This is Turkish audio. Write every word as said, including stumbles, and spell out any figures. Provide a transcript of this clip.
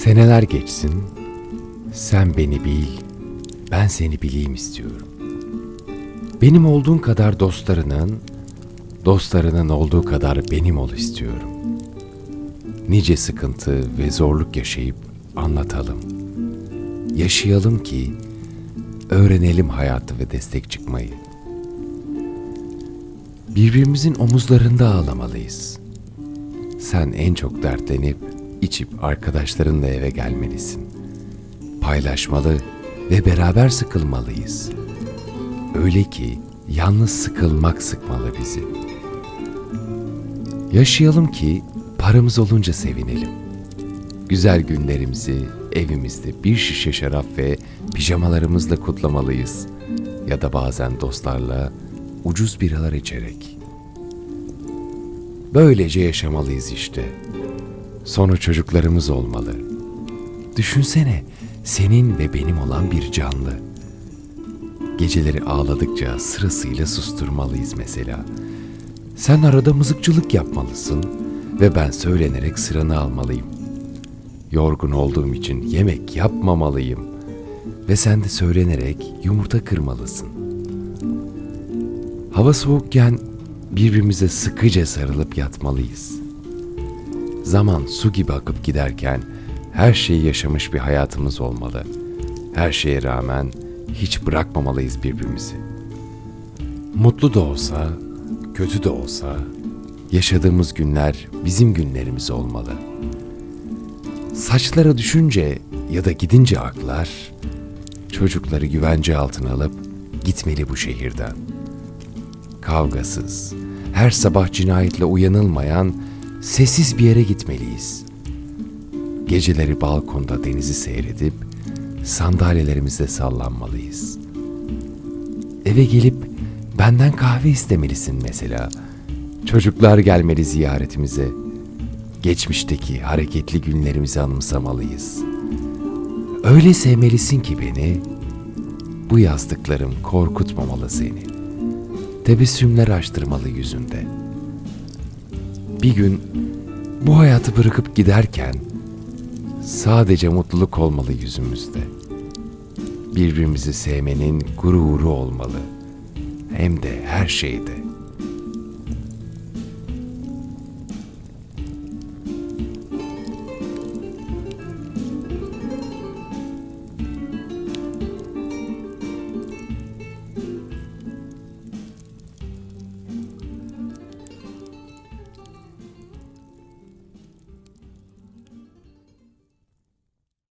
Seneler geçsin, sen beni bil, ben seni bileyim istiyorum. Benim olduğun kadar dostlarının, dostlarının olduğu kadar benim ol istiyorum. Nice sıkıntı ve zorluk yaşayıp anlatalım. Yaşayalım ki öğrenelim hayatı ve destek çıkmayı. Birbirimizin omuzlarında ağlamalıyız. Sen en çok dertlenip içip arkadaşlarınla eve gelmelisin. Paylaşmalı ve beraber sıkılmalıyız. Öyle ki yalnız sıkılmak sıkmalı bizi. Yaşayalım ki paramız olunca sevinelim. Güzel günlerimizi evimizde bir şişe şarap ve pijamalarımızla kutlamalıyız. Ya da bazen dostlarla ucuz biralar içerek. Böylece yaşamalıyız işte. Sonra çocuklarımız olmalı. Düşünsene, senin ve benim olan bir canlı. Geceleri ağladıkça sırasıyla susturmalıyız mesela. Sen arada mızıkçılık yapmalısın ve ben söylenerek sıranı almalıyım. Yorgun olduğum için yemek yapmamalıyım ve sen de söylenerek yumurta kırmalısın. Hava soğukken birbirimize sıkıca sarılıp yatmalıyız. Zaman su gibi akıp giderken her şeyi yaşamış bir hayatımız olmalı. Her şeye rağmen hiç bırakmamalıyız birbirimizi. Mutlu da olsa, kötü de olsa yaşadığımız günler bizim günlerimiz olmalı. Saçlara düşünce ya da gidince aklar, çocukları güvence altına alıp gitmeli bu şehirden. Kavgasız, her sabah cinayetle uyanılmayan sessiz bir yere gitmeliyiz. Geceleri balkonda denizi seyredip sandalyelerimizde sallanmalıyız. Eve gelip benden kahve istemelisin mesela. Çocuklar gelmeli ziyaretimize. Geçmişteki hareketli günlerimizi anımsamalıyız. Öyle sevmelisin ki beni, bu yazdıklarım korkutmamalı seni. Tebessümler açtırmalı yüzünde. Bir gün bu hayatı bırakıp giderken sadece mutluluk olmalı yüzümüzde. Birbirimizi sevmenin gururu olmalı. Hem de her şeyde.